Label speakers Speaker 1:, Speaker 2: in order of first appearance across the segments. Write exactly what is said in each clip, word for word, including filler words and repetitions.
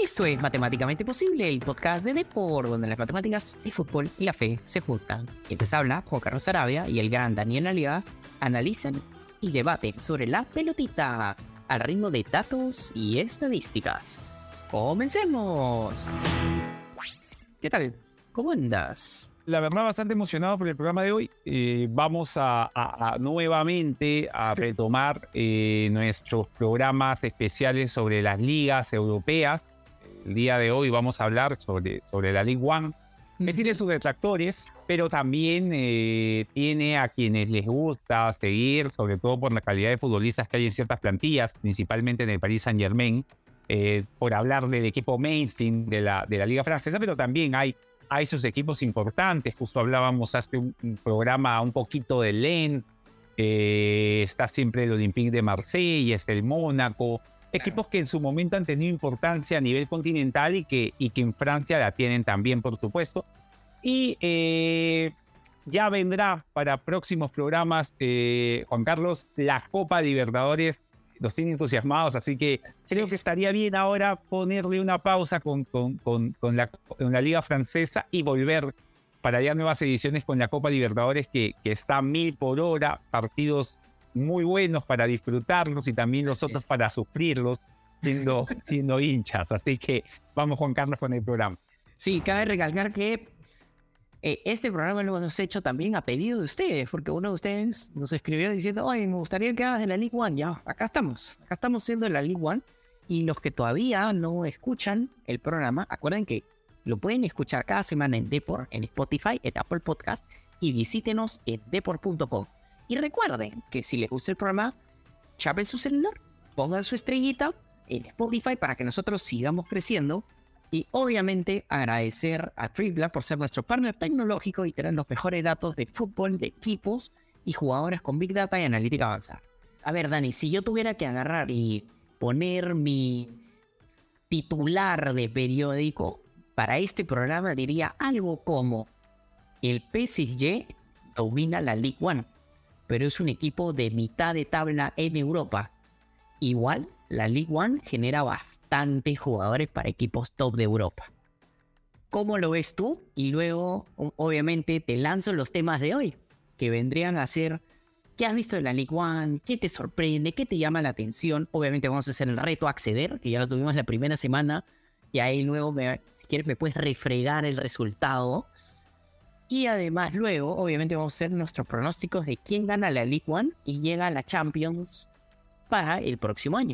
Speaker 1: Esto es Matemáticamente Posible, el podcast de Depor, donde las matemáticas, el fútbol y la fe se juntan. Quien les habla, Juan Carlos Arabia y el gran Daniel Aliaga, analizan y debaten sobre la pelotita al ritmo de datos y estadísticas. ¡Comencemos! ¿Qué tal? ¿Cómo andas?
Speaker 2: La verdad, bastante emocionado por el programa de hoy. Eh, vamos a, a, a nuevamente a retomar eh, nuestros programas especiales sobre las ligas europeas. El día de hoy vamos a hablar sobre, sobre la League One, que tiene sus detractores, pero también eh, tiene a quienes les gusta seguir, sobre todo por la calidad de futbolistas que hay en ciertas plantillas, principalmente en el Paris Saint-Germain, eh, por hablar del equipo mainstream de la, de la Liga Francesa, pero también hay, hay sus equipos importantes. Justo hablábamos hace un, un programa un poquito de Lens, eh, está siempre el Olympique de Marsella, está el Mónaco, equipos que en su momento han tenido importancia a nivel continental y que, y que en Francia la tienen también, por supuesto. Y eh, ya vendrá para próximos programas, eh, Juan Carlos, la Copa Libertadores. Los tiene entusiasmados, así que creo que estaría bien ahora ponerle una pausa con, con, con, con, la, con la Liga Francesa y volver para ya nuevas ediciones con la Copa Libertadores, que, que está a mil por hora, partidos muy buenos para disfrutarlos y también los otros para sufrirlos siendo, siendo hinchas. Así que vamos, Juan Carlos, con el programa.
Speaker 1: Sí, cabe recalcar que eh, este programa lo hemos hecho también a pedido de ustedes, porque uno de ustedes nos escribió diciendo: oye, me gustaría que hagas de la League One. Ya, acá estamos, acá estamos siendo de la League One. Y los que todavía no escuchan el programa, acuerden que lo pueden escuchar cada semana en Depor, en Spotify, en Apple Podcast, y visítenos en depor punto com. Y recuerden que si les gusta el programa, chapen su celular, pongan su estrellita en Spotify para que nosotros sigamos creciendo. Y obviamente agradecer a Tripla por ser nuestro partner tecnológico y tener los mejores datos de fútbol, de equipos y jugadores con Big Data y analítica avanzada. A ver, Dani, si yo tuviera que agarrar y poner mi titular de periódico para este programa, diría algo como: el P S G domina la League One, pero es un equipo de mitad de tabla en Europa. Igual, la League One genera bastantes jugadores para equipos top de Europa. ¿Cómo lo ves tú? Y luego, obviamente, te lanzo los temas de hoy, que vendrían a ser: ¿qué has visto de la League One? ¿Qué te sorprende? ¿Qué te llama la atención? Obviamente vamos a hacer el reto acceder, que ya lo tuvimos la primera semana, y ahí luego, me, si quieres, me puedes refregar el resultado. Y además luego, obviamente, vamos a hacer nuestros pronósticos de quién gana la League One y llega a la Champions para el próximo año.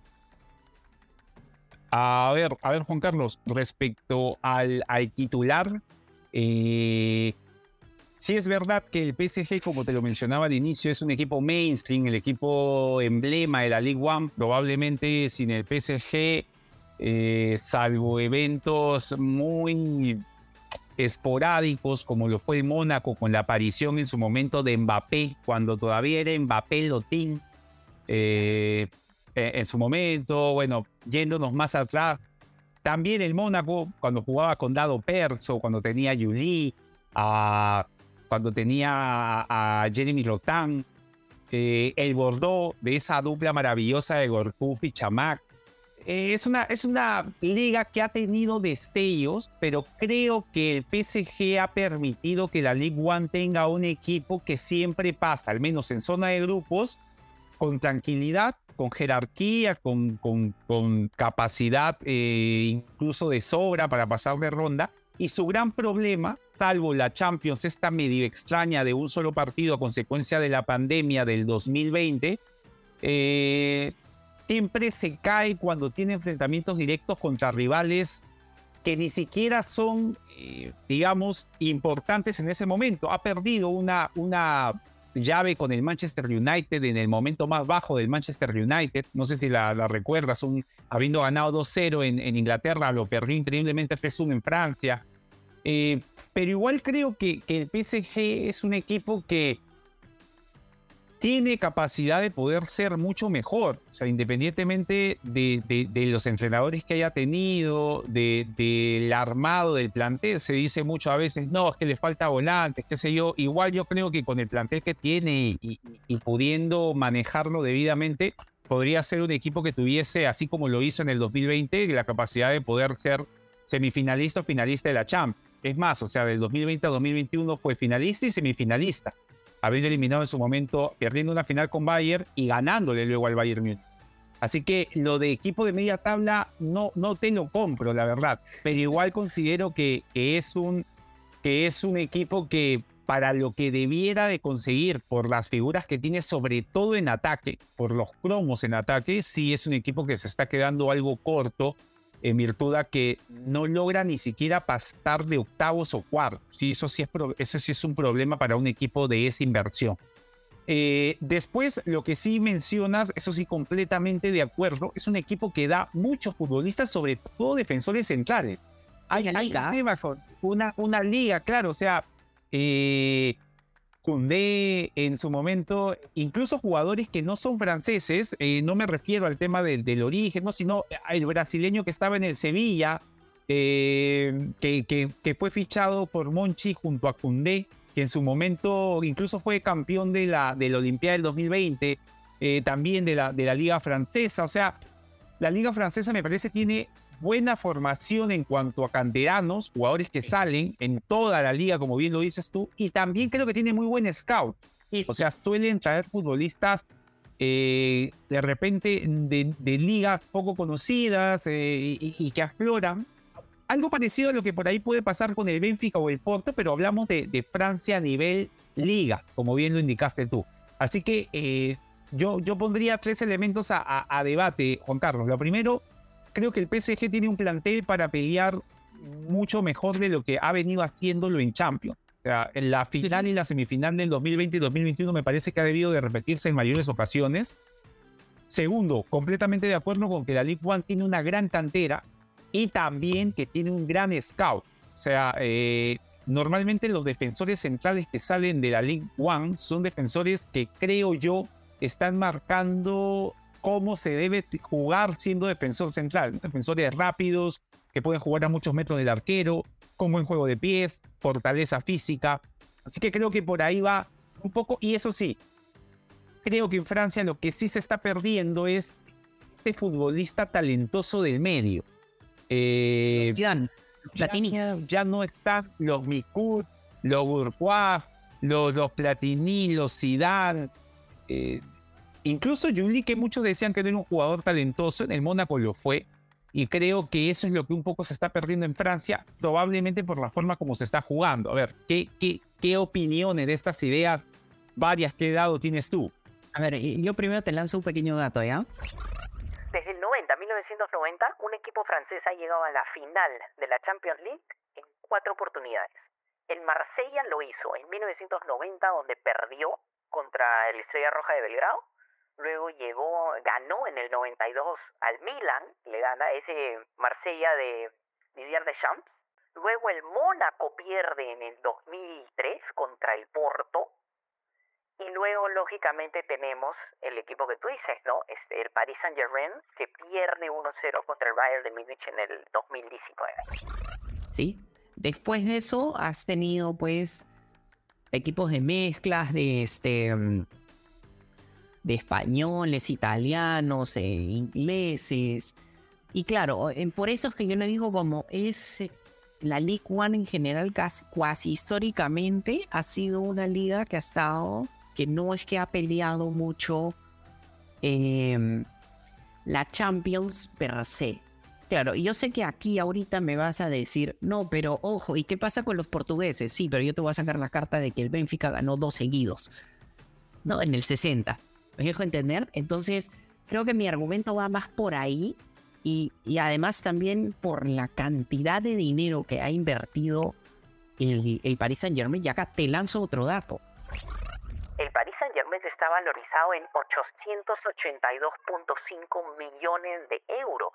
Speaker 2: A ver, a ver, Juan Carlos, respecto al, al titular, eh, sí es verdad que el P S G, como te lo mencionaba al inicio, es un equipo mainstream, el equipo emblema de la League One. Probablemente sin el P S G, eh, salvo eventos muy esporádicos como lo fue el Mónaco con la aparición en su momento de Mbappé, cuando todavía era Mbappé Lotín, eh, en su momento, bueno, yéndonos más atrás, también el Mónaco cuando jugaba con Dado Perso, cuando tenía a Yuli, a, cuando tenía a, a Jeremy Rotan, eh, el Bordeaux de esa dupla maravillosa de Gourcuff y Chamac. Eh, es, una, es una liga que ha tenido destellos, pero creo que el P S G ha permitido que la League One tenga un equipo que siempre pasa, al menos en zona de grupos, con tranquilidad, con jerarquía, con, con, con capacidad eh, incluso de sobra para pasar de ronda. Y su gran problema, salvo la Champions, esta medio extraña de un solo partido a consecuencia de la pandemia del dos mil veinte, eh, siempre se cae cuando tiene enfrentamientos directos contra rivales que ni siquiera son, eh, digamos, importantes en ese momento. Ha perdido una, una llave con el Manchester United en el momento más bajo del Manchester United. No sé si la, la recuerdas, un, habiendo ganado dos cero en, en Inglaterra, lo perdió increíblemente tres uno en Francia. Eh, pero igual creo que, que el P S G es un equipo que tiene capacidad de poder ser mucho mejor, o sea, independientemente de, de, de los entrenadores que haya tenido, de, del armado del plantel. Se dice mucho a veces, no, es que le falta volantes, qué sé yo. Igual yo creo que con el plantel que tiene y, y, y pudiendo manejarlo debidamente, podría ser un equipo que tuviese, así como lo hizo en el dos mil veinte, la capacidad de poder ser semifinalista o finalista de la Champions. Es más, o sea, del dos mil veinte a dos mil veintiuno fue finalista y semifinalista, habiendo eliminado en su momento, perdiendo una final con Bayern y ganándole luego al Bayern Múnich. Así que lo de equipo de media tabla no, no te lo compro, la verdad. Pero igual considero que, que, es un, que es un equipo que para lo que debiera de conseguir por las figuras que tiene, sobre todo en ataque, por los cromos en ataque, sí es un equipo que se está quedando algo corto en virtud a que no logra ni siquiera pasar de octavos o cuartos. Sí, eso, sí es, eso sí es un problema para un equipo de esa inversión. Eh, después, lo que sí mencionas, eso sí, completamente de acuerdo, es un equipo que da muchos futbolistas, sobre todo defensores centrales. Hay
Speaker 1: una liga.
Speaker 2: Una, una liga, claro, o sea, eh, Koundé en su momento, incluso jugadores que no son franceses, eh, no me refiero al tema del, del origen, no, sino el brasileño que estaba en el Sevilla, eh, que, que, que fue fichado por Monchi junto a Koundé, que en su momento incluso fue campeón de la, de la Olimpiada del dos mil veinte, eh, también de la, de la Liga Francesa. O sea, la Liga Francesa me parece tiene buena formación en cuanto a canteranos, jugadores que salen en toda la liga, como bien lo dices tú, y también creo que tiene muy buen scout. O sea, suelen traer futbolistas eh, de repente de, de ligas poco conocidas eh, y, y que afloran. Algo parecido a lo que por ahí puede pasar con el Benfica o el Porto, pero hablamos de, de Francia a nivel liga, como bien lo indicaste tú. Así que eh, yo, yo pondría tres elementos a, a, a debate, Juan Carlos. Lo primero, creo que el P S G tiene un plantel para pelear mucho mejor de lo que ha venido haciéndolo en Champions. O sea, en la final y la semifinal del dos mil veinte y dos mil veintiuno me parece que ha debido de repetirse en mayores ocasiones. Segundo, completamente de acuerdo con que la Ligue uno tiene una gran cantera y también que tiene un gran scout. O sea, eh, normalmente los defensores centrales que salen de la Ligue uno son defensores que creo yo están marcando cómo se debe jugar siendo defensor central. Defensores rápidos, que pueden jugar a muchos metros del arquero, con buen juego de pies, fortaleza física. Así que creo que por ahí va un poco. Y eso sí, creo que en Francia lo que sí se está perdiendo es este futbolista talentoso del medio. Eh, ya, ya no están los Micoud, los Bourgeois, los, los Platini, los Zidane. Eh, Incluso Juli, que muchos decían que no era un jugador talentoso, en el Mónaco lo fue, y creo que eso es lo que un poco se está perdiendo en Francia, probablemente por la forma como se está jugando. A ver, ¿qué, qué, qué opiniones de estas ideas varias que he dado tienes tú?
Speaker 1: A ver, yo primero te lanzo un pequeño dato, ¿ya?
Speaker 3: Desde el noventa, mil novecientos noventa, un equipo francés ha llegado a la final de la Champions League en cuatro oportunidades. El Marsella lo hizo en mil novecientos noventa, donde perdió contra el Estrella Roja de Belgrado. Luego llegó, ganó en el noventa y dos al Milan, le gana ese Marsella de Didier Deschamps. Luego el Mónaco pierde en el dos mil tres contra el Porto. Y luego, lógicamente, tenemos el equipo que tú dices, ¿no? Este, el Paris Saint-Germain, que pierde uno cero contra el Bayern de Múnich en el dos mil diecinueve.
Speaker 1: Sí. Después de eso, has tenido, pues, equipos de mezclas de este... de españoles, italianos, eh, ingleses. Y claro, eh, por eso es que yo le digo como es eh, la Ligue uno en general, casi, casi históricamente ha sido una liga que ha estado, que no es que ha peleado mucho eh, la Champions per se. Claro, y yo sé que aquí ahorita me vas a decir, no, pero ojo, ¿y qué pasa con los portugueses? Sí, pero yo te voy a sacar la carta de que el Benfica ganó dos seguidos, ¿no? En el sesenta. ¿Me dejo entender? Entonces, creo que mi argumento va más por ahí y, y además también por la cantidad de dinero que ha invertido el, el Paris Saint-Germain. Y acá te lanzo otro dato.
Speaker 3: El Paris Saint-Germain está valorizado en ochocientos ochenta y dos punto cinco millones de euros.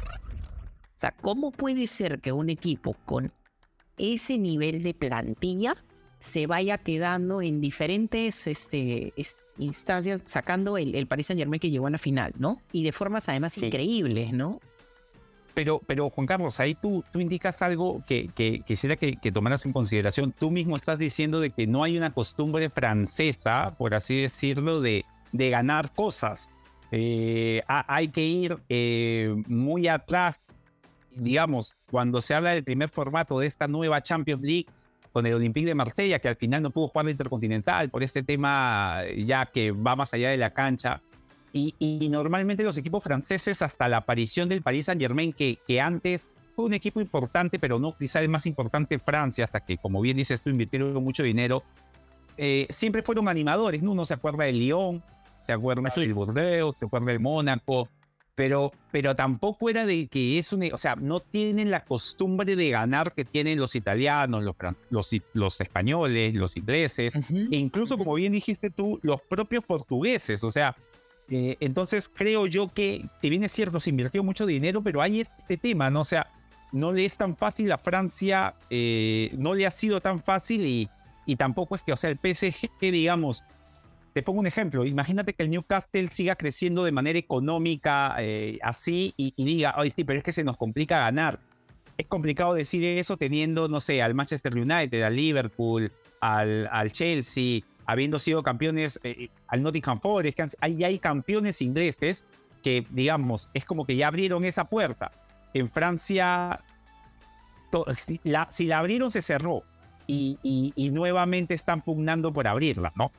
Speaker 1: O sea, ¿cómo puede ser que un equipo con ese nivel de plantilla se vaya quedando en diferentes este, instancias, sacando el, el Paris Saint-Germain que llegó a la final, ¿no? Y de formas además sí. increíbles, ¿no?
Speaker 2: Pero, pero Juan Carlos, ahí tú, tú indicas algo que, que quisiera que, que tomaras en consideración. Tú mismo estás diciendo de que no hay una costumbre francesa, por así decirlo, de, de ganar cosas. Eh, ha, hay que ir eh, muy atrás, digamos, cuando se habla del primer formato de esta nueva Champions League con el Olympique de Marsella, que al final no pudo jugar la Intercontinental por este tema ya que va más allá de la cancha. Y, y normalmente los equipos franceses, hasta la aparición del Paris Saint-Germain, que, que antes fue un equipo importante, pero no quizá el más importante en Francia, hasta que, como bien dices tú, invirtieron mucho dinero, eh, siempre fueron animadores, ¿no? Uno se acuerda del Lyon, se acuerda
Speaker 1: Así
Speaker 2: del
Speaker 1: es.
Speaker 2: Bordeaux, se acuerda del Mónaco, pero, pero tampoco era de que es un... O sea, no tienen la costumbre de ganar que tienen los italianos, los, los, los españoles, los ingleses,
Speaker 1: Uh-huh.
Speaker 2: e incluso, como bien dijiste tú, los propios portugueses. O sea, eh, entonces creo yo que, que bien es cierto, se invirtió mucho dinero, pero hay este tema, ¿no? O sea, no le es tan fácil a Francia, eh, no le ha sido tan fácil y, y tampoco es que, o sea, el P S G, digamos... Te pongo un ejemplo, imagínate que el Newcastle siga creciendo de manera económica eh, así y, y diga, ay sí, pero es que se nos complica ganar. Es complicado decir eso teniendo, no sé, al Manchester United, al Liverpool, al, al Chelsea, habiendo sido campeones, eh, al Nottingham Forest, que han, hay, hay campeones ingleses que, digamos, es como que ya abrieron esa puerta. En Francia, to, si, la, si la abrieron se cerró y, y, y nuevamente están pugnando por abrirla, ¿no?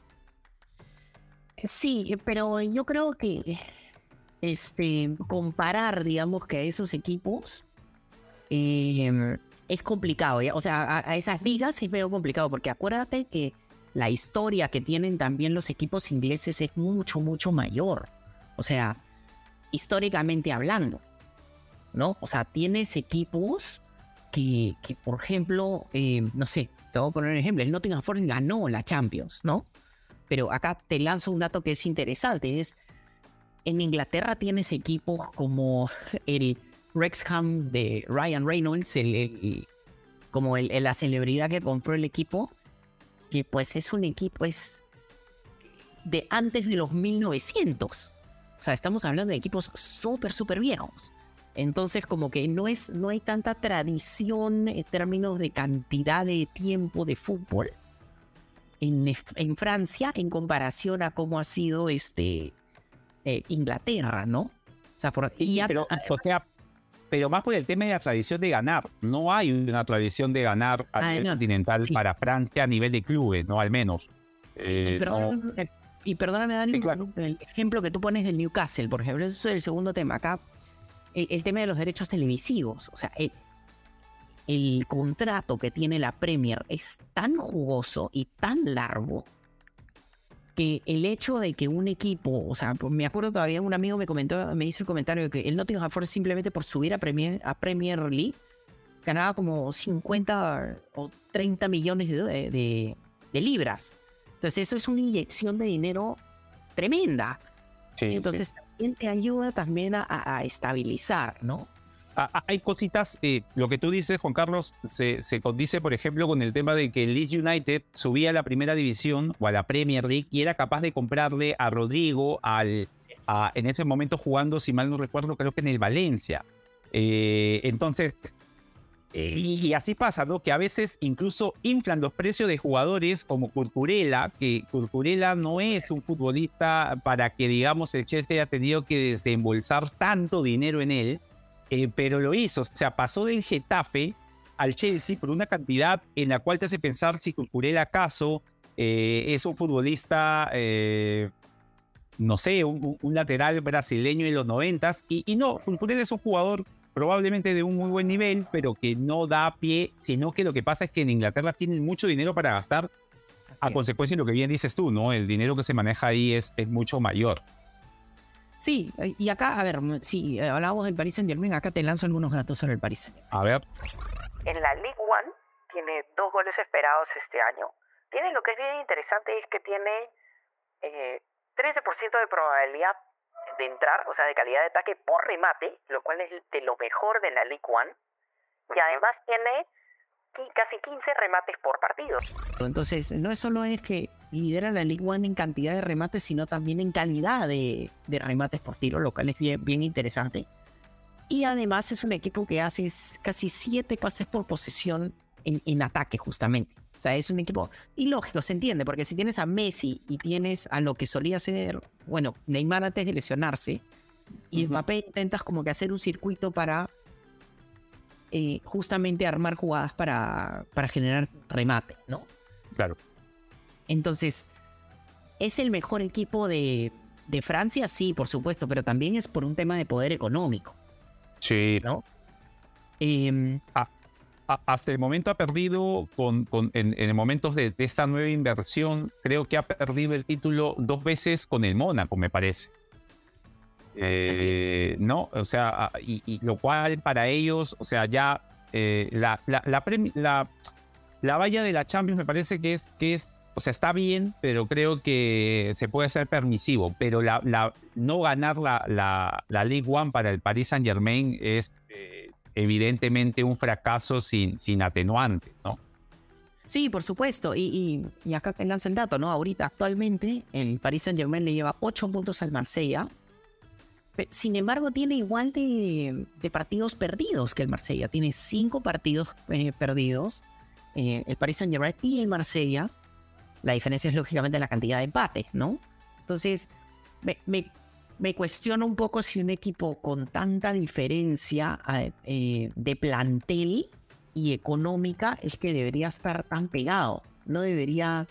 Speaker 1: Sí, pero yo creo que este, comparar, digamos, que a esos equipos eh, es complicado, ¿ya? O sea, a, a esas ligas es medio complicado, porque acuérdate que la historia que tienen también los equipos ingleses es mucho, mucho mayor. O sea, históricamente hablando, ¿no? O sea, tienes equipos que, que por ejemplo, eh, no sé, te voy a poner un ejemplo, el Nottingham Forest ganó la Champions, ¿no? Pero acá te lanzo un dato que es interesante, es en Inglaterra tienes equipos como el Wrexham de Ryan Reynolds, el, el, como el, el, la celebridad que compró el equipo, que pues es un equipo es de antes de los mil novecientos. O sea, estamos hablando de equipos súper, súper viejos. Entonces, como que no, es, no hay tanta tradición en términos de cantidad de tiempo de fútbol en, en Francia en comparación a cómo ha sido este, eh, Inglaterra, ¿no? O sea, por,
Speaker 2: y ya, pero, o sea, pero más por el tema de la tradición de ganar. No hay una tradición de ganar a nivel continental sí. para Francia a nivel de clubes, ¿no? Al menos.
Speaker 1: Sí, eh, pero, no. Y perdóname, Dani, sí, claro. el ejemplo que tú pones del Newcastle, por ejemplo, ese es el segundo tema. Acá, el, el tema de los derechos televisivos. O sea, el, el contrato que tiene la Premier es tan jugoso y tan largo que el hecho de que un equipo, o sea, me acuerdo todavía un amigo me comentó, me hizo el comentario que el Nottingham Forest simplemente por subir a Premier, a Premier League ganaba como cincuenta o treinta millones de, de, de libras. Entonces eso es una inyección de dinero tremenda. Sí, Entonces sí. también te ayuda también a, a estabilizar, ¿no?
Speaker 2: Hay cositas, eh, lo que tú dices, Juan Carlos, se, se condice, por ejemplo, con el tema de que el Leeds United subía a la primera división o a la Premier League y era capaz de comprarle a Rodrigo, al, a, en ese momento jugando, si mal no recuerdo, creo que en el Valencia. Eh, entonces, eh, y, y así pasa, ¿no? Que a veces incluso inflan los precios de jugadores como Cucurella, que Cucurella no es un futbolista para que, digamos, el Chelsea haya tenido que desembolsar tanto dinero en él. Eh, pero lo hizo, o sea, pasó del Getafe al Chelsea por una cantidad en la cual te hace pensar si Cucurella acaso eh, es un futbolista, eh, no sé, un, un lateral brasileño de los noventas, y, y no, Cucurella es un jugador probablemente de un muy buen nivel, pero que no da pie, sino que lo que pasa es que en Inglaterra tienen mucho dinero para gastar, Así a es. consecuencia de lo que bien dices tú, ¿no? El dinero que se maneja ahí es, es mucho mayor.
Speaker 1: Sí, y acá, a ver, si hablamos del Paris Saint-Germain, acá te lanzo algunos datos sobre el Paris Saint-Germain.
Speaker 2: A ver.
Speaker 3: En la Ligue uno tiene dos goles esperados este año. Tiene lo que es bien interesante es que tiene eh, trece por ciento de probabilidad de entrar, o sea, de calidad de ataque por remate, lo cual es de lo mejor de la Ligue uno. Y además tiene casi quince remates por partido.
Speaker 1: Entonces, no solo es que lidera la Ligue uno en cantidad de remates, sino también en calidad de, de remates por tiro, lo cual es bien, bien interesante. Y además es un equipo que hace casi siete pases por posesión en, en ataque justamente. O sea, es un equipo ilógico, se entiende, porque si tienes a Messi y tienes a lo que solía ser, bueno, Neymar antes de lesionarse, y Mbappé intentas como que hacer un circuito para eh, justamente armar jugadas para, para generar remate, ¿no?
Speaker 2: Claro.
Speaker 1: Entonces, ¿es el mejor equipo de, de Francia? Sí, por supuesto, pero también es por un tema de poder económico,
Speaker 2: Sí.
Speaker 1: ¿no? Eh,
Speaker 2: Ah, a- hasta el momento ha perdido, con, con, en, en momentos de, de esta nueva inversión, creo que ha perdido el título dos veces con el Mónaco, me parece. Eh, no, o sea, ah, y, y lo cual para ellos, o sea, ya eh, la, la, la, premi- la, la valla de la Champions me parece que es, que es, o sea, está bien, pero creo que se puede ser permisivo. Pero la, la, no ganar la, la, la Ligue uno para el Paris Saint-Germain es eh, evidentemente un fracaso sin, sin atenuante, ¿no?
Speaker 1: sí, por supuesto, y, y, y acá te lanzo el dato, ¿no? Ahorita, actualmente, el Paris Saint-Germain le lleva ocho puntos al Marsella. Pe- Sin embargo, tiene igual de, de partidos perdidos que el Marsella. Tiene cinco partidos eh, perdidos, eh, el Paris Saint-Germain y el Marsella. La diferencia es lógicamente la cantidad de empates, ¿no? Entonces, me, me, me cuestiono un poco si un equipo con tanta diferencia eh, eh, de plantel y económica es que debería estar tan pegado. No debería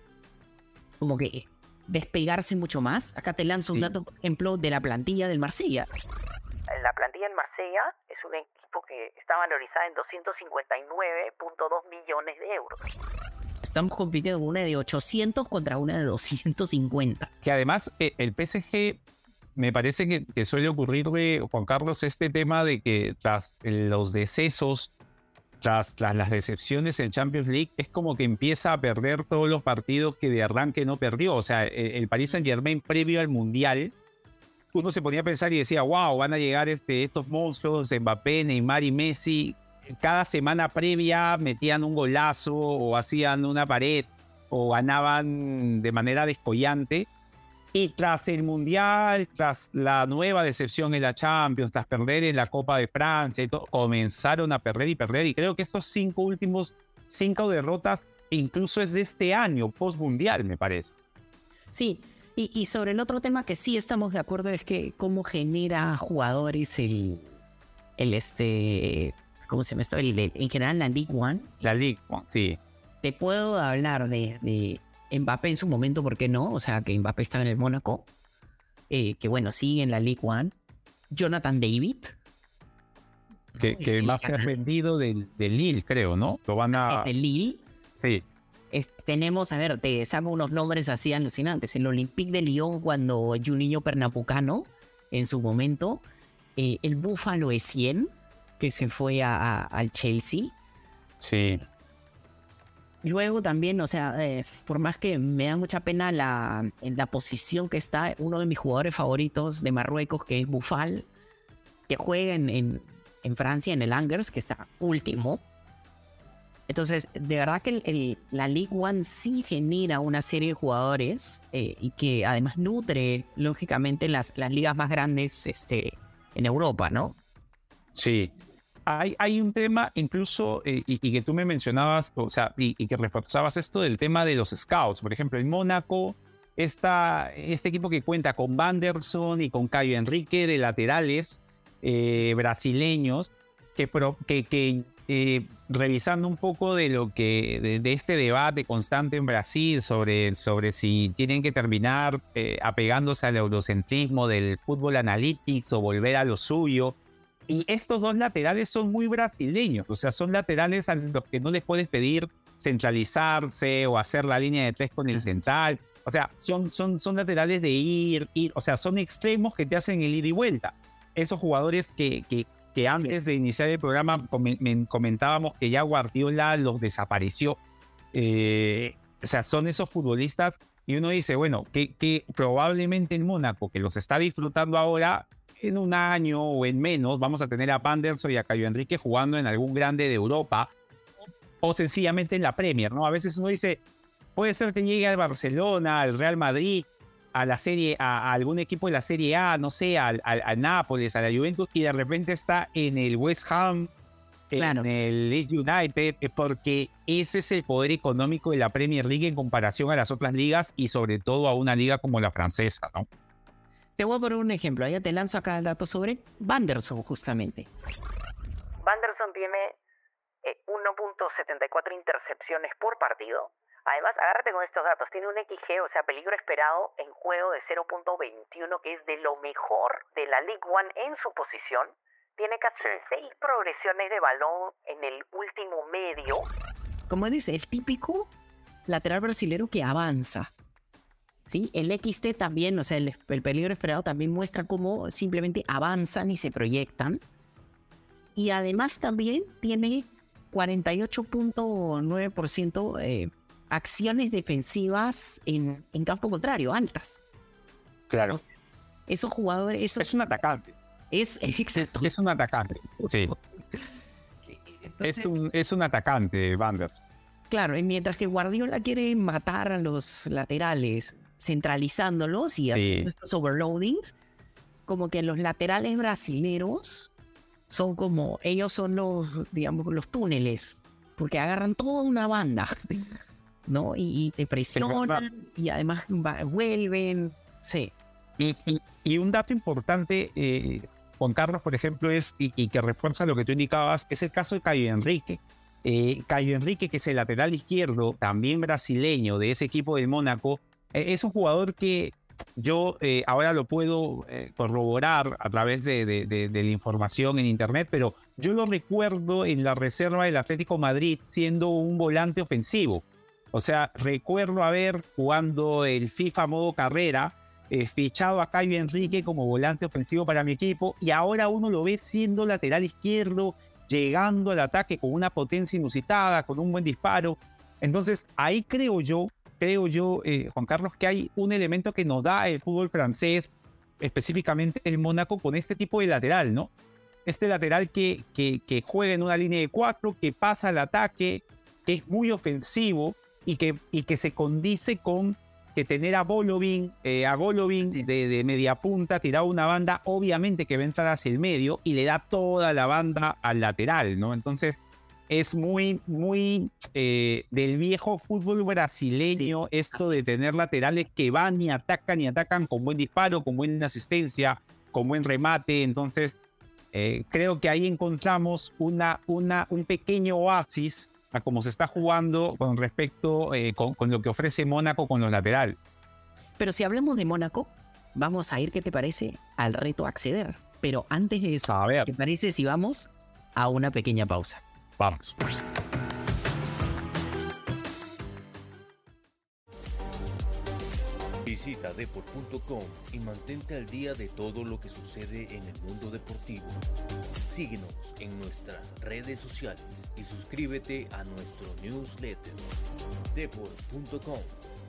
Speaker 1: como que despegarse mucho más. Acá te lanzo un
Speaker 2: Sí.
Speaker 1: dato, por ejemplo, de la plantilla del Marsella.
Speaker 3: La plantilla del Marsella es un equipo que está valorizada en doscientos cincuenta y nueve punto dos millones de euros.
Speaker 1: Estamos compitiendo con una de ochocientos contra una de doscientos cincuenta.
Speaker 2: Que además eh, el P S G me parece que, que suele ocurrirle, Juan Carlos, este tema de que tras los decesos, tras, tras las decepciones en Champions League, es como que empieza a perder todos los partidos que de arranque no perdió. O sea, el, el Paris Saint-Germain previo al Mundial, uno se ponía a pensar y decía, wow, van a llegar este, estos monstruos, Mbappé, Neymar y Messi. Cada semana previa metían un golazo o hacían una pared o ganaban de manera descollante. Y tras el Mundial, tras la nueva decepción en la Champions, tras perder en la Copa de Francia y todo, comenzaron a perder y perder. Y creo que estos cinco últimos, cinco derrotas, incluso es de este año, post-Mundial, me parece.
Speaker 1: Sí, y, y sobre el otro tema que sí estamos de acuerdo es que cómo genera jugadores el, el este, ¿cómo se llama esto? El, el- en general la League One.
Speaker 2: La Ligue, bueno, sí.
Speaker 1: Te puedo hablar de, de Mbappé en su momento, ¿por qué no? O sea, que Mbappé estaba en el Mónaco, eh, que bueno, sí, en la League One. Jonathan David.
Speaker 2: Que,
Speaker 1: ¿no?
Speaker 2: que
Speaker 1: El
Speaker 2: más se ha
Speaker 1: canal-
Speaker 2: vendido del, del Lille, creo, ¿no? Lo van a...
Speaker 1: de Lille.
Speaker 2: Sí,
Speaker 1: Es- tenemos, a ver, te saco unos nombres así alucinantes. El Olympique de Lyon cuando Juninho Pernambucano, en su momento. Eh, el Búfalo Essien, que se fue a- a- al Chelsea.
Speaker 2: sí.
Speaker 1: Luego también, o sea, eh, por más que me da mucha pena la, en la posición que está uno de mis jugadores favoritos de Marruecos, que es Bufal, que juega en, en, en Francia, en el Angers, que está último. Entonces, de verdad que el, el- la League One sí genera una serie de jugadores eh, y que además nutre, lógicamente, las, las ligas más grandes este, en Europa, ¿no?
Speaker 2: Sí. Hay, hay un tema incluso, eh, y, y que tú me mencionabas, o sea, y, y que reforzabas esto del tema de los scouts. Por ejemplo, en Mónaco, está este equipo que cuenta con Vanderson y con Caio Henrique de laterales eh, brasileños, que, pro- que, que eh, revisando un poco de lo que de, de este debate constante en Brasil sobre, sobre si tienen que terminar eh, apegándose al eurocentrismo del fútbol analytics o volver a lo suyo. Y estos dos laterales son muy brasileños, o sea, son laterales a los que no les puedes pedir centralizarse o hacer la línea de tres con el central. O sea, son, son, son laterales de ir, ir, o sea, son extremos que te hacen el ida y vuelta. Esos jugadores que, que, que antes de iniciar el programa com- comentábamos que ya Guardiola los desapareció. Eh, o sea, son esos futbolistas y uno dice, bueno, que, que probablemente en Mónaco, que los está disfrutando ahora, en un año o en menos vamos a tener a Panderson y a Caio Henrique jugando en algún grande de Europa o sencillamente en la Premier, ¿no? A veces uno dice, puede ser que llegue al Barcelona, al Real Madrid, a la serie, a, a algún equipo de la Serie A, no sé, al, al, al Nápoles, a la Juventus, y de repente está en el West Ham
Speaker 1: Claro.
Speaker 2: en el Leeds United, eh, porque ese es el poder económico de la Premier League en comparación a las otras ligas y sobre todo a una liga como la francesa, ¿no?
Speaker 1: Te voy a poner un ejemplo. Ya te lanzo acá el dato sobre Vanderson, justamente.
Speaker 3: Vanderson tiene eh, uno punto setenta y cuatro intercepciones por partido. Además, agárrate con estos datos. Tiene un X G, o sea, peligro esperado en juego de cero punto veintiuno, que es de lo mejor de la League One en su posición. Tiene casi seis progresiones de balón en el último medio.
Speaker 1: Como dice, el típico lateral brasilero que avanza. ¿Sí? El X T también, o sea, el, el peligro esperado también muestra cómo simplemente avanzan y se proyectan. Y además también tiene cuarenta y ocho punto nueve por ciento eh, acciones defensivas en, en campo contrario, altas.
Speaker 2: Claro.
Speaker 1: O sea, esos jugadores... Esos,
Speaker 2: Es un atacante.
Speaker 1: Es, exacto.
Speaker 2: Es un atacante, sí.
Speaker 1: Entonces,
Speaker 2: es, un, es un atacante, Vanderson.
Speaker 1: Claro, y mientras que Guardiola quiere matar a los laterales centralizándolos y haciendo
Speaker 2: Sí.
Speaker 1: estos overloadings, como que los laterales brasileros son como, ellos son los, digamos, los túneles, porque agarran toda una banda, ¿no? Y, y te presionan y además va- vuelven, sí.
Speaker 2: Y, y- y un dato importante, eh, Juan Carlos, por ejemplo, es, y, y que refuerza lo que tú indicabas, es el caso de Caio Henrique. Eh, Caio Henrique, que es el lateral izquierdo, también brasileño de ese equipo del Mónaco, eh, es un jugador que yo eh, ahora lo puedo eh, corroborar a través de, de, de, de la información en internet, pero yo lo recuerdo en la reserva del Atlético Madrid siendo un volante ofensivo. O sea, recuerdo haber jugando el FIFA modo carrera, eh, fichado a Caio Henrique como volante ofensivo para mi equipo, y ahora uno lo ve siendo lateral izquierdo, llegando al ataque con una potencia inusitada, con un buen disparo. Entonces, ahí creo yo, creo yo, eh, Juan Carlos, que hay un elemento que nos da el fútbol francés, específicamente el Mónaco, con este tipo de lateral, ¿no? Este lateral que, que, que juega en una línea de cuatro, que pasa al ataque, que es muy ofensivo y que, y que se condice con que tener a Golovin, eh, a Golovin
Speaker 1: Sí.
Speaker 2: de, de media punta, tirado una banda, obviamente que va a entrar hacia el medio y le da toda la banda al lateral, ¿no? Entonces es muy, muy eh, del viejo fútbol brasileño,
Speaker 1: Sí,
Speaker 2: esto
Speaker 1: así
Speaker 2: de
Speaker 1: es.
Speaker 2: tener laterales que van y atacan y atacan con buen disparo, con buena asistencia, con buen remate. Entonces eh, creo que ahí encontramos una, una, un pequeño oasis a cómo se está jugando con respecto eh, con, con lo que ofrece Mónaco con los laterales.
Speaker 1: Pero si hablamos de Mónaco, vamos a ir, ¿qué te parece?, al reto acceder. Pero antes de eso,
Speaker 2: A ver,
Speaker 1: ¿qué parece si vamos a una pequeña pausa?
Speaker 2: vamos.
Speaker 4: Visita deport punto com y mantente al día de todo lo que sucede en el mundo deportivo. Síguenos en nuestras redes sociales y suscríbete a nuestro newsletter deport punto com.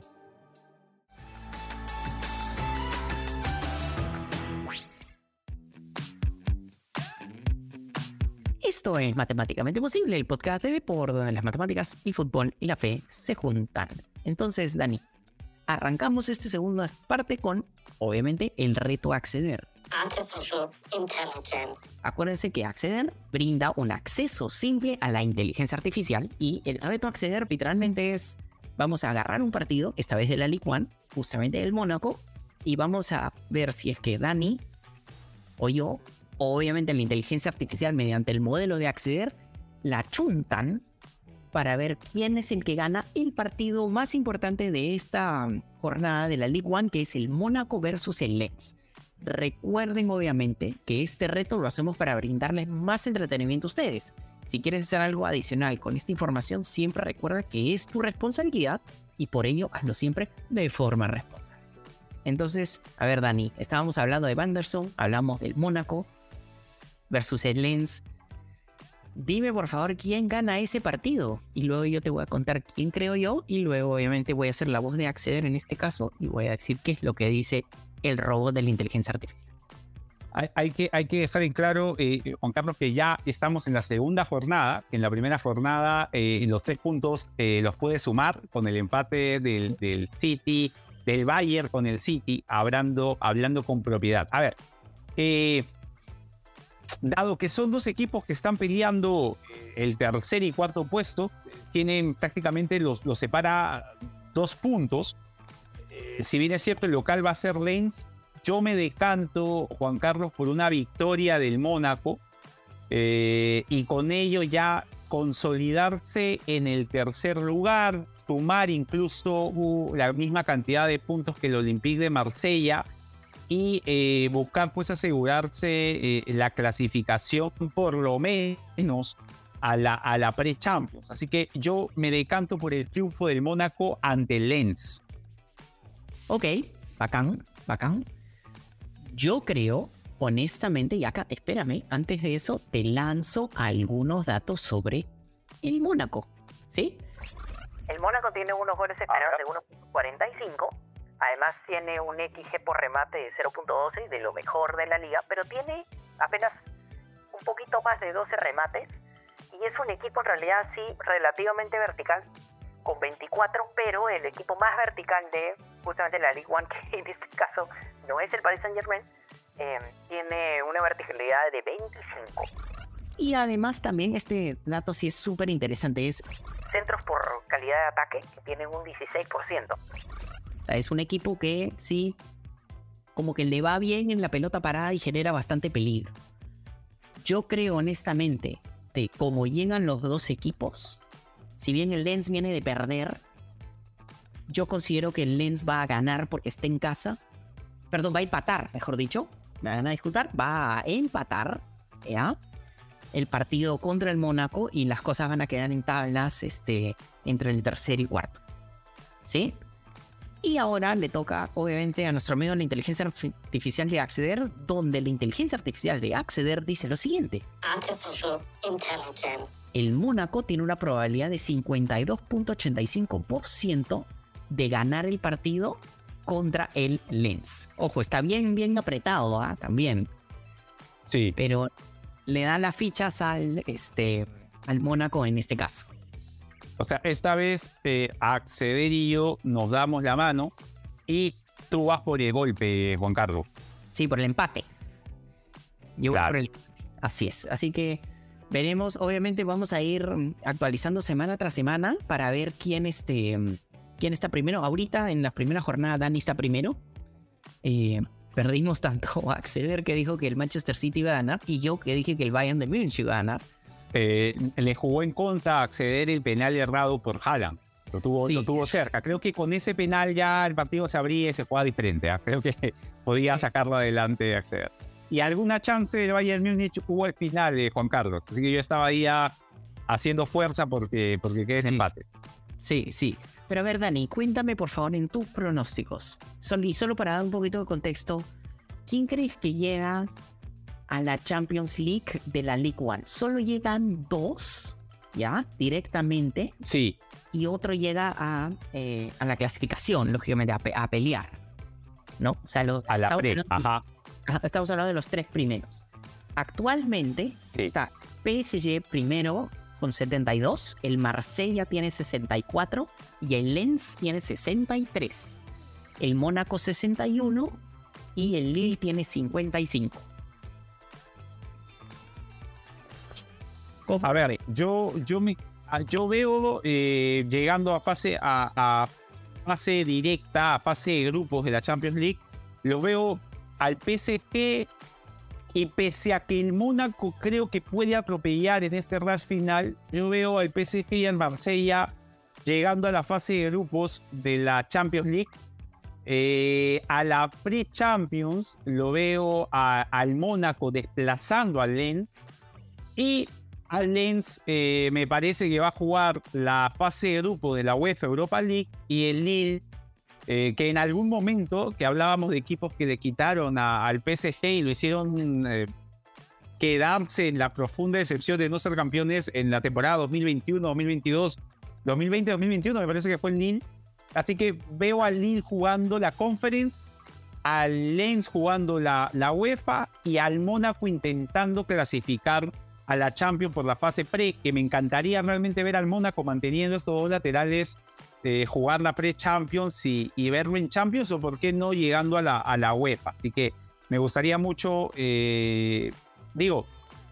Speaker 1: Esto es Matemáticamente Posible, el podcast de deporte donde las matemáticas, el fútbol y la fe se juntan. Entonces, Dani, arrancamos esta segunda parte con, obviamente, el reto acceder.
Speaker 5: Artificial Intelligence.
Speaker 1: Acuérdense que acceder brinda un acceso simple a la inteligencia artificial y el reto acceder literalmente es, vamos a agarrar un partido, esta vez de la Ligue uno, justamente del Mónaco, y vamos a ver si es que Dani o yo, obviamente la inteligencia artificial mediante el modelo de acceder, la chuntan para ver quién es el que gana el partido más importante de esta jornada de la Ligue uno, que es el Mónaco versus el Lens. Recuerden obviamente que este reto lo hacemos para brindarles más entretenimiento a ustedes. Si quieres hacer algo adicional con esta información, siempre recuerda que es tu responsabilidad y por ello hazlo siempre de forma responsable. Entonces, a ver Dani, estábamos hablando de Vanderson, hablamos del Mónaco versus el Lens. Dime por favor quién gana ese partido y luego yo te voy a contar quién creo yo y luego obviamente voy a hacer la voz de acceder en este caso y voy a decir qué es lo que dice el robot de la inteligencia artificial.
Speaker 2: Hay, hay, que, hay que dejar en claro, eh, Juan Carlos, que ya estamos en la segunda jornada. En la primera jornada, eh, los tres puntos eh, los puedes sumar con el empate del, del City, del Bayern con el City, hablando, hablando con propiedad. A ver, eh, dado que son dos equipos que están peleando el tercer y cuarto puesto, tienen prácticamente los, los separa dos puntos. Eh, si bien es cierto, el local va a ser Lens, yo me decanto, Juan Carlos, por una victoria del Mónaco eh, y con ello ya consolidarse en el tercer lugar, sumar incluso uh, la misma cantidad de puntos que el Olympique de Marsella y eh, buscar pues asegurarse eh, la clasificación por lo menos a la, a la pre-Champions. Así que yo me decanto por el triunfo del Mónaco ante el Lens.
Speaker 1: Ok, bacán, bacán. Yo creo, honestamente, y acá, espérame, antes de eso te lanzo algunos datos sobre el Mónaco, ¿sí?
Speaker 3: El Mónaco tiene unos goles esperados de uno punto cuarenta y cinco. Además tiene un X G por remate de cero punto doce, de lo mejor de la liga, pero tiene apenas un poquito más de doce remates. Y es un equipo en realidad sí relativamente vertical, con veinticuatro, pero el equipo más vertical de justamente la Ligue uno, que en este caso no es el Paris Saint-Germain, eh, tiene una verticalidad de veinticinco.
Speaker 1: Y además también este dato sí es súper interesante, es...
Speaker 3: centros por calidad de ataque, que tienen un dieciséis por ciento.
Speaker 1: Es un equipo que sí, como que le va bien en la pelota parada y genera bastante peligro. Yo creo honestamente de cómo llegan los dos equipos, si bien el Lens viene de perder, yo considero que el Lens va a ganar porque está en casa. Perdón, va a empatar, mejor dicho. Me van a disculpar, va a empatar, ¿ya? El partido contra el Mónaco y las cosas van a quedar en tablas este, entre el tercer y cuarto. ¿Sí? Y ahora le toca, obviamente, a nuestro amigo la inteligencia artificial de Acceder, donde la inteligencia artificial de Acceder dice lo siguiente.
Speaker 5: Artificial intelligence.
Speaker 1: El Mónaco tiene una probabilidad de cincuenta y dos punto ochenta y cinco por ciento de ganar el partido contra el Lens. Ojo, está bien, bien apretado, ¿eh? También.
Speaker 2: Sí.
Speaker 1: Pero le da las fichas al, este, al Mónaco en este caso.
Speaker 2: O sea, esta vez eh, Acceder y yo nos damos la mano y tú vas por el golpe, Juan Carlos.
Speaker 1: Sí, por el empate. Yo voy
Speaker 2: Claro.
Speaker 1: por el... Así es. Así que veremos. Obviamente vamos a ir actualizando semana tras semana para ver quién, este, quién está primero. Ahorita, en la primera jornada, Dani está primero. Eh, perdimos tanto a Acceder, que dijo que el Manchester City iba a ganar, y yo, que dije que el Bayern de Múnich iba a ganar.
Speaker 2: Eh, le jugó en contra a Acceder el penal errado por Haaland. Lo tuvo,
Speaker 1: Sí.
Speaker 2: lo tuvo cerca. Creo que con ese penal ya el partido se abría y se jugaba diferente. ¿eh? Creo que podía sacarlo adelante de Acceder. Y alguna chance del Bayern Múnich hubo al final, eh, Juan Carlos. Así que yo estaba ahí ya haciendo fuerza porque, porque quede ese
Speaker 1: Sí.
Speaker 2: empate.
Speaker 1: Sí, sí. Pero a ver, Dani, cuéntame por favor en tus pronósticos. Solo, y solo para dar un poquito de contexto, ¿quién crees que llega a la Champions League de la Ligue uno? Solo llegan dos, ¿ya? Directamente.
Speaker 2: Sí,
Speaker 1: Y otro llega a, eh, a la clasificación, lógicamente, a, pe- a pelear, ¿no? O sea, lo-
Speaker 2: a la
Speaker 1: estamos
Speaker 2: pre.
Speaker 1: hablando-
Speaker 2: Ajá.
Speaker 1: Ajá, estamos hablando de los tres primeros. Actualmente
Speaker 2: Sí.
Speaker 1: está P S G primero con setenta y dos, el Marsella tiene sesenta y cuatro y el Lens tiene sesenta y tres. El Mónaco sesenta y uno y el Lille tiene cincuenta y cinco.
Speaker 2: A ver, yo, yo, me, yo veo eh, llegando a fase, a, a fase directa, a fase de grupos de la Champions League, lo veo al P S G, y pese a que el Mónaco creo que puede atropellar en este rush final, yo veo al P S G y al Marsella llegando a la fase de grupos de la Champions League. Eh, a la pre-Champions lo veo a- al Mónaco desplazando al Lens, y al Lens eh, me parece que va a jugar la fase de grupo de la UEFA Europa League, y el Lille, eh, que en algún momento que hablábamos de equipos que le quitaron a- al P S G y lo hicieron eh, quedarse en la profunda decepción de no ser campeones en la temporada dos mil veintiuno, dos mil veintidós, dos mil veinte, dos mil veintiuno, me parece que fue el Lille. Así que veo al Lille jugando la Conference, al Lens jugando la, la UEFA y al Mónaco intentando clasificar a la Champions por la fase pre, que me encantaría realmente ver al Mónaco manteniendo estos dos laterales, eh, jugar la pre-Champions y, y verlo en Champions, o por qué no llegando a la, a la UEFA. Así que me gustaría mucho, eh, digo,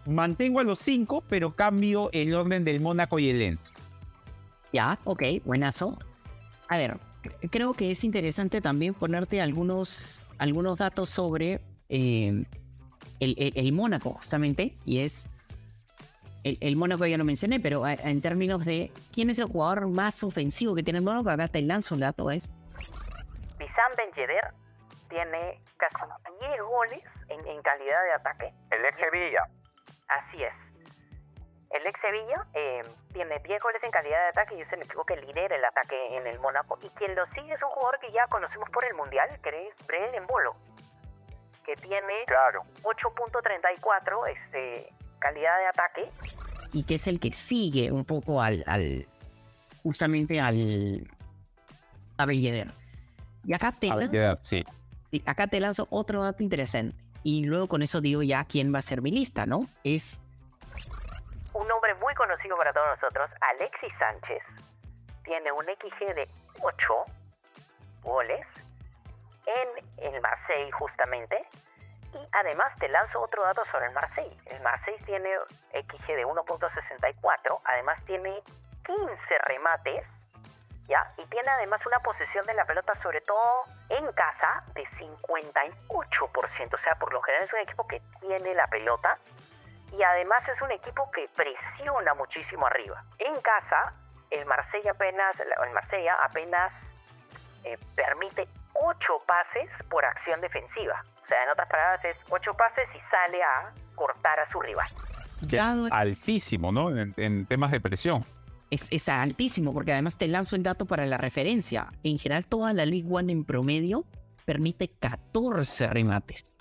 Speaker 2: mantengo a los cinco, pero cambio el orden del Mónaco y el Lens.
Speaker 1: Ya, ok, buenazo. A ver, creo que es interesante también ponerte algunos, algunos datos sobre eh, el, el, el Mónaco, justamente, y es... El, el Mónaco ya lo mencioné, pero a, en términos de quién es el jugador más ofensivo que tiene el Mónaco, acá te lanzo un dato, es...
Speaker 3: Wissam Ben Yedder tiene casi diez goles en, en calidad de ataque.
Speaker 6: El ex Sevilla.
Speaker 3: Así es. El ex Sevilla eh, tiene diez goles en calidad de ataque y es el equipo que lidera el ataque en el Mónaco. Y quien lo sigue es un jugador que ya conocemos por el Mundial, que es Breel Embolo, que tiene
Speaker 6: Claro.
Speaker 3: ocho punto treinta y cuatro este, calidad de ataque.
Speaker 1: Y que es el que sigue un poco al... al justamente al... a Ben Yedder. Y acá te,
Speaker 2: A
Speaker 1: lanzo,
Speaker 2: ver, sí.
Speaker 1: y acá te lanzo otro dato interesante. Y luego con eso digo ya quién va a ser mi lista, ¿no? Es...
Speaker 3: Un hombre muy conocido para todos nosotros, Alexis Sánchez, tiene un X G de ocho goles en el Marseille justamente. Y además te lanzo otro dato sobre el Marseille. El Marseille tiene X G de uno punto sesenta y cuatro, además tiene quince remates, ¿ya? Y tiene además una posesión de la pelota, sobre todo en casa, de cincuenta y ocho por ciento. O sea, por lo general es un equipo que tiene la pelota. Y además es un equipo que presiona muchísimo arriba. En casa, el Marsella apenas, el Marsella apenas eh, permite ocho pases por acción defensiva. O sea, en otras palabras, es ocho pases y sale a cortar a su rival.
Speaker 1: Dado-
Speaker 2: Altísimo, ¿no? En, en temas de presión.
Speaker 1: Es, es altísimo, porque además te lanzo el dato para la referencia. En general, toda la League One en promedio permite catorce remates.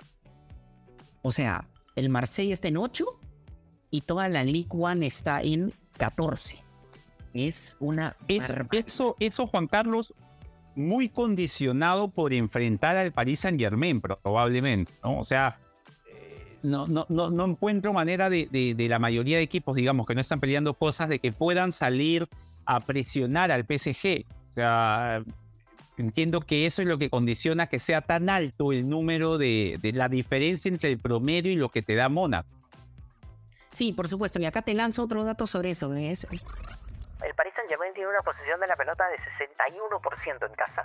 Speaker 1: O sea, el Marsella está en ocho y toda la League One está en catorce. Es una...
Speaker 2: Es-
Speaker 1: barbaridad.
Speaker 2: eso, eso, Juan Carlos, muy condicionado por enfrentar al Paris Saint-Germain, probablemente, ¿no? O sea, eh, no, no, no, no encuentro manera de, de, de la mayoría de equipos, digamos, que no están peleando cosas, de que puedan salir a presionar al P S G. O sea, entiendo que eso es lo que condiciona que sea tan alto el número de, de la diferencia entre el promedio y lo que te da Mónaco.
Speaker 1: Sí, por supuesto. Y acá te lanzo otro dato sobre eso. que Es,
Speaker 3: El Paris Saint-Germain tiene una posesión de la pelota de sesenta y uno por ciento en casa.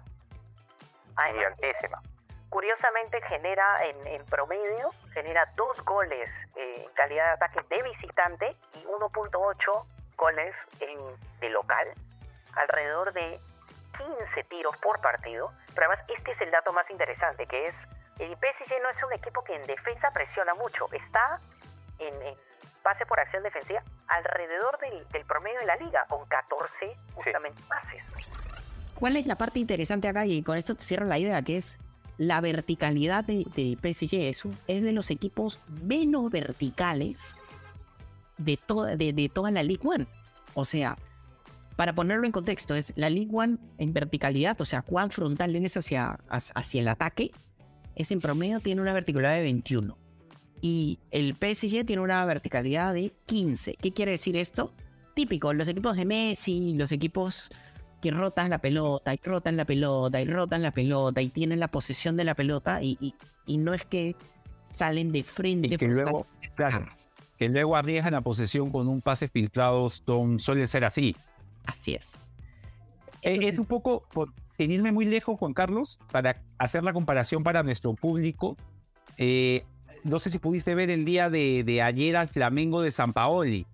Speaker 6: Y altísima.
Speaker 3: Curiosamente genera en, en promedio, genera dos goles eh, en calidad de ataque de visitante y uno punto ocho goles en, de local. Alrededor de quince tiros por partido. Pero además este es el dato más interesante, que es el P S G no es un equipo que en defensa presiona mucho. Está en, en pase por acción defensiva alrededor del, del promedio de la liga, con catorce justamente pases.
Speaker 1: ¿Cuál es la parte interesante acá? Y con esto te cierro la idea, que es la verticalidad de- del P S G. Es, un- es de los equipos menos verticales de, toda de, de toda la League One. O sea, para ponerlo en contexto, es la League One en verticalidad, o sea, cuán frontal vienes hacia, hacia hacia el ataque, es en promedio tiene una verticalidad de veintiuno. Y el P S G tiene una verticalidad de quince. ¿Qué quiere decir esto? Típico, los equipos de Messi, los equipos que rotan la pelota, y rotan la pelota, y rotan la pelota, y tienen la posesión de la pelota, y, y, y no es que salen de frente.
Speaker 2: Y que luego, claro, que luego arriesgan la posesión con un pase filtrado, son, suele ser así.
Speaker 1: Así es.
Speaker 2: Eh,
Speaker 1: Entonces-
Speaker 2: es un poco, por, sin irme muy lejos, Juan Carlos, para hacer la comparación para nuestro público, eh, no sé si pudiste ver el día de, de ayer al Flamengo de Sampaoli.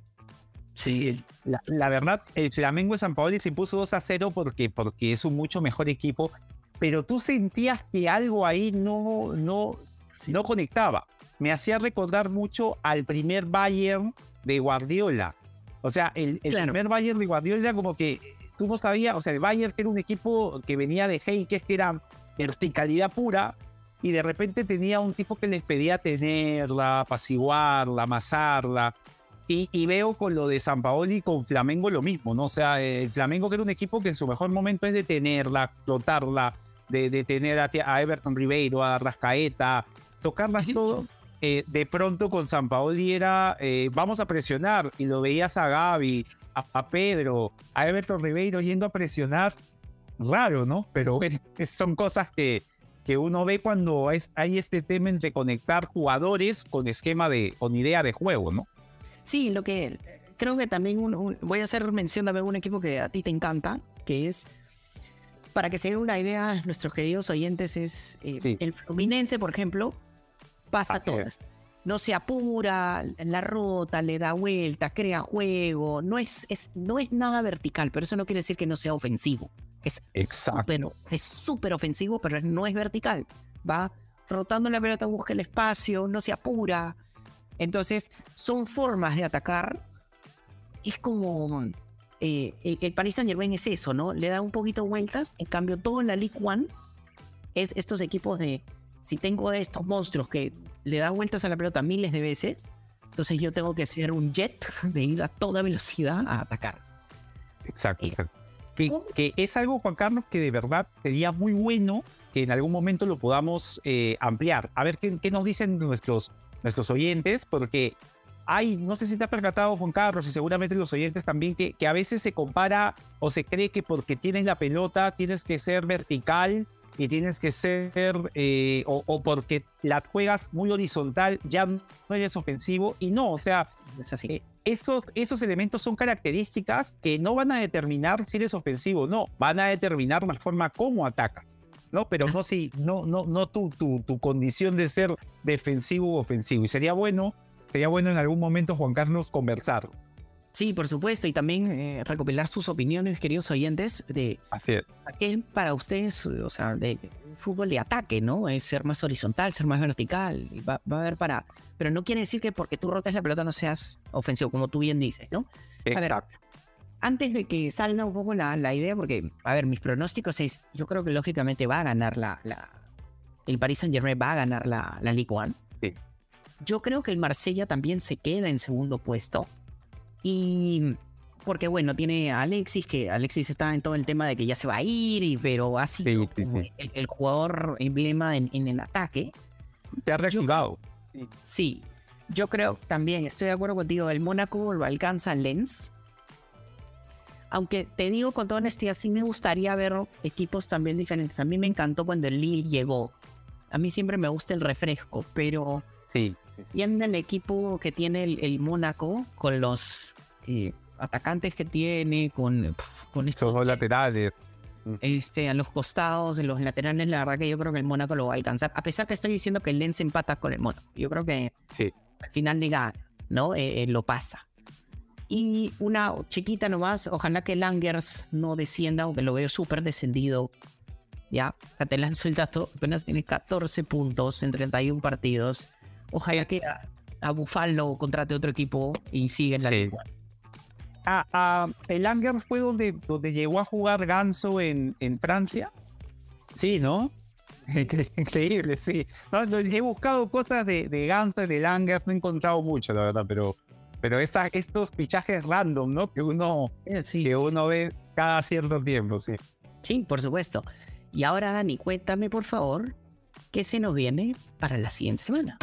Speaker 2: Sí, la, la verdad, el Flamengo de Sampaoli se impuso dos a cero porque, porque es un mucho mejor equipo, pero tú sentías que algo ahí no, no, no conectaba. Me hacía recordar mucho al primer Bayern de Guardiola. O sea, el, el
Speaker 1: Claro.
Speaker 2: primer Bayern de Guardiola como que tú no sabías, o sea, el Bayern que era un equipo que venía de Heynckes, que era verticalidad pura, y de repente tenía un tipo que les pedía tenerla, apaciguarla, amasarla. Y, y veo con lo de Sampaoli con Flamengo lo mismo, ¿no? O sea, el Flamengo que era un equipo que en su mejor momento es de tenerla, flotarla, de, de tener a, a Everton Ribeiro, a Rascaeta, tocarlas todo. Eh, de pronto con Sampaoli era, eh, vamos a presionar, y lo veías a Gavi, a, a Pedro, a Everton Ribeiro yendo a presionar. Raro, ¿no? Pero bueno, son cosas que, que uno ve cuando es, hay este tema entre conectar jugadores con esquema de, con idea de juego, ¿no?
Speaker 1: Sí, lo que creo que también un, un, voy a hacer mención también de un equipo que a ti te encanta, que es, para que se den una idea, nuestros queridos oyentes, es eh,
Speaker 2: Sí.
Speaker 1: el Fluminense, por ejemplo, pasa
Speaker 2: Así
Speaker 1: todas. No se apura, la rota, le da vuelta, crea juego. No es, es, no es nada vertical, pero eso no quiere decir que no sea ofensivo. Es
Speaker 2: Exacto.
Speaker 1: súper es súper ofensivo, pero no es vertical. Va rotando la pelota, busca el espacio, no se apura. Entonces, son formas de atacar. Es como... Eh, el, el Paris Saint-Germain es eso, ¿no? Le da un poquito vueltas. En cambio, todo en la Ligue uno es estos equipos de... Si tengo estos monstruos que le dan vueltas a la pelota miles de veces, entonces yo tengo que ser un jet de ir a toda velocidad a atacar.
Speaker 2: Exacto,
Speaker 1: Eh,
Speaker 2: exacto. Que, que es algo, Juan Carlos, que de verdad sería muy bueno que en algún momento lo podamos eh, ampliar. A ver qué, qué nos dicen nuestros, nuestros oyentes, porque hay, no sé si te has percatado, Juan Carlos, y seguramente los oyentes también, que, que a veces se compara o se cree que porque tienes la pelota tienes que ser vertical y tienes que ser, eh, o, o porque la juegas muy horizontal, ya no eres ofensivo, y no, o sea,
Speaker 1: Es así.
Speaker 2: eh, esos, esos elementos son características que no van a determinar si eres ofensivo, no, van a determinar la forma como atacas, ¿no? Pero no, si, no, no, no tu, tu, tu condición de ser defensivo u ofensivo. Y sería bueno, sería bueno en algún momento, Juan Carlos, conversar.
Speaker 1: Sí, por supuesto, y también eh, recopilar sus opiniones, queridos oyentes, de
Speaker 2: Así es.
Speaker 1: qué para ustedes, o sea, de un fútbol de ataque, ¿no? Es ser más horizontal, ser más vertical, y va, va a haber para... Pero no quiere decir que porque tú rotes la pelota no seas ofensivo, como tú bien dices, ¿no? A ver,
Speaker 2: Exacto.
Speaker 1: antes de que salga un poco la, la idea, porque, a ver, mis pronósticos es, yo creo que lógicamente va a ganar la... la el Paris Saint-Germain va a ganar la, la Ligue uno.
Speaker 2: Sí.
Speaker 1: Yo creo que el Marsella también se queda en segundo puesto. Y porque bueno, tiene a Alexis, que Alexis está en todo el tema de que ya se va a ir, y, pero ha sido
Speaker 2: Sí, sí,
Speaker 1: como
Speaker 2: sí.
Speaker 1: El, el jugador emblema en, en el ataque.
Speaker 2: Se ha reactivado.
Speaker 1: Sí, yo creo también, estoy de acuerdo contigo, el Mónaco lo alcanza Lens. Aunque te digo con toda honestidad, sí me gustaría ver equipos también diferentes. A mí me encantó cuando el Lille llegó. A mí siempre me gusta el refresco, pero...
Speaker 2: Sí. sí, sí.
Speaker 1: Y en el equipo que tiene el, el Mónaco, con los eh, atacantes que tiene, con, con
Speaker 2: Esos
Speaker 1: estos
Speaker 2: dos laterales.
Speaker 1: este, a los costados, en los laterales, la verdad que yo creo que el Mónaco lo va a alcanzar. A pesar que estoy diciendo que el Lens empata con el Mónaco. Yo creo que
Speaker 2: Sí.
Speaker 1: al final diga, ¿no? Eh, eh, lo pasa. Y una chiquita nomás, ojalá que Langers no descienda, aunque lo veo súper descendido. Ya, ya te lanzo el dato, apenas tiene catorce puntos en treinta y uno partidos. Ojalá que a, a Buffalo contrate otro equipo y siga en la
Speaker 2: Sí.
Speaker 1: Liga.
Speaker 2: Ah, ah, el Angers fue donde, donde llegó a jugar Ganso en, en Francia. Sí, ¿no? Increíble, sí. No, no, he buscado cosas de, de Ganso y del Angers, no he encontrado mucho, la verdad, pero, pero esa, estos fichajes random, ¿no? Que uno,
Speaker 1: Eh, Sí,
Speaker 2: que uno ve cada cierto tiempo, sí.
Speaker 1: sí, por supuesto. Y ahora, Dani, cuéntame, por favor, qué se nos viene para la siguiente semana.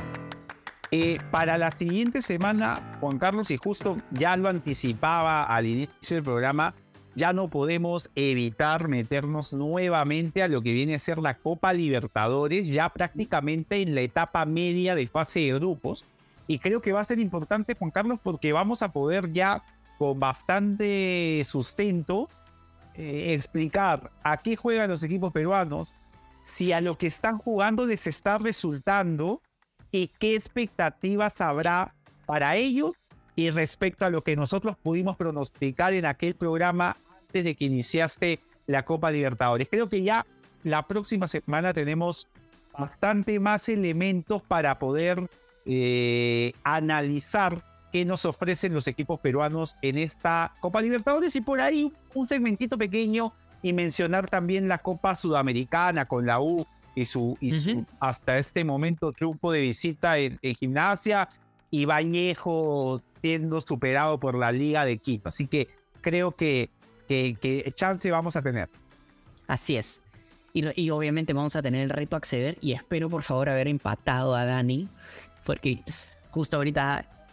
Speaker 2: Eh, para la siguiente semana, Juan Carlos, y justo ya lo anticipaba al inicio del programa, ya no podemos evitar meternos nuevamente a lo que viene a ser la Copa Libertadores, ya prácticamente en la etapa media de fase de grupos. Y creo que va a ser importante, Juan Carlos, porque vamos a poder ya con bastante sustento eh, explicar a qué juegan los equipos peruanos, si a lo que están jugando les está resultando y qué expectativas habrá para ellos y respecto a lo que nosotros pudimos pronosticar en aquel programa antes de que iniciaste la Copa Libertadores. Creo que ya la próxima semana tenemos bastante más elementos para poder eh, analizar qué nos ofrecen los equipos peruanos en esta Copa Libertadores y por ahí un segmentito pequeño y mencionar también la Copa Sudamericana con la U y su, y su
Speaker 1: Ujú.
Speaker 2: hasta este momento triunfo de visita en, en Gimnasia y Vallejo siendo superado por la Liga de Quito. Así que creo que, que, que chance vamos a tener.
Speaker 1: Así es. Y, y obviamente vamos a tener el reto a acceder y espero por favor haber empatado a Dani, porque justo ahorita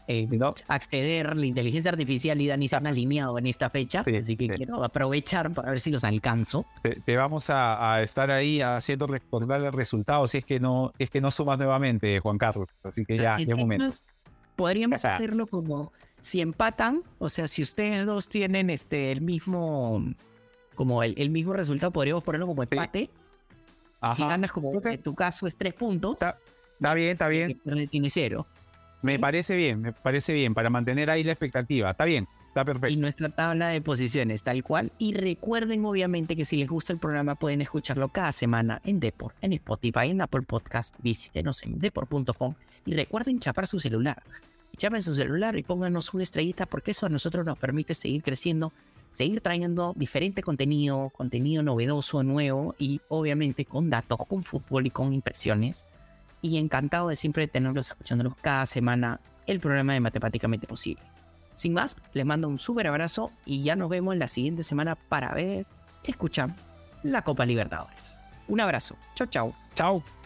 Speaker 1: eh,
Speaker 2: ¿no?
Speaker 1: acceder. La inteligencia artificial y Dani se han alineado en esta fecha,
Speaker 2: Sí,
Speaker 1: así que
Speaker 2: sí.
Speaker 1: quiero aprovechar para ver si los alcanzo.
Speaker 2: Te, te vamos a, a estar ahí haciendo recordar el resultado si es que no, si es que no sumas nuevamente, Juan Carlos. Así que ya,
Speaker 1: Así es,
Speaker 2: ya es
Speaker 1: es
Speaker 2: momento.
Speaker 1: más, podríamos
Speaker 2: Ajá.
Speaker 1: hacerlo como si empatan, o sea, si ustedes dos tienen este el mismo como el, el mismo resultado, podríamos ponerlo como empate. Si
Speaker 2: Ajá.
Speaker 1: ganas como
Speaker 2: Ok.
Speaker 1: en tu caso es tres puntos,
Speaker 2: Está, está bien, está
Speaker 1: el
Speaker 2: bien.
Speaker 1: que pierde tiene cero.
Speaker 2: Me
Speaker 1: ¿sí?
Speaker 2: parece bien, me parece bien, para mantener ahí la expectativa. Está bien, está
Speaker 1: Y
Speaker 2: perfecto.
Speaker 1: nuestra tabla de posiciones, tal cual. Y recuerden, obviamente, que si les gusta el programa, pueden escucharlo cada semana en Depor, en Spotify, en Apple Podcast. Visítenos en depor punto com y recuerden chapar su celular. Chapen su celular y pónganos una estrellita, porque eso a nosotros nos permite seguir creciendo, seguir trayendo diferente contenido, contenido novedoso, nuevo y obviamente con datos, con fútbol y con impresiones. Y encantado de siempre tenerlos escuchándolos cada semana, el programa de Matemáticamente Posible. Sin más, les mando un súper abrazo y ya nos vemos la siguiente semana para ver, escuchar la Copa Libertadores. Un abrazo. Chau, chau.
Speaker 2: Chao.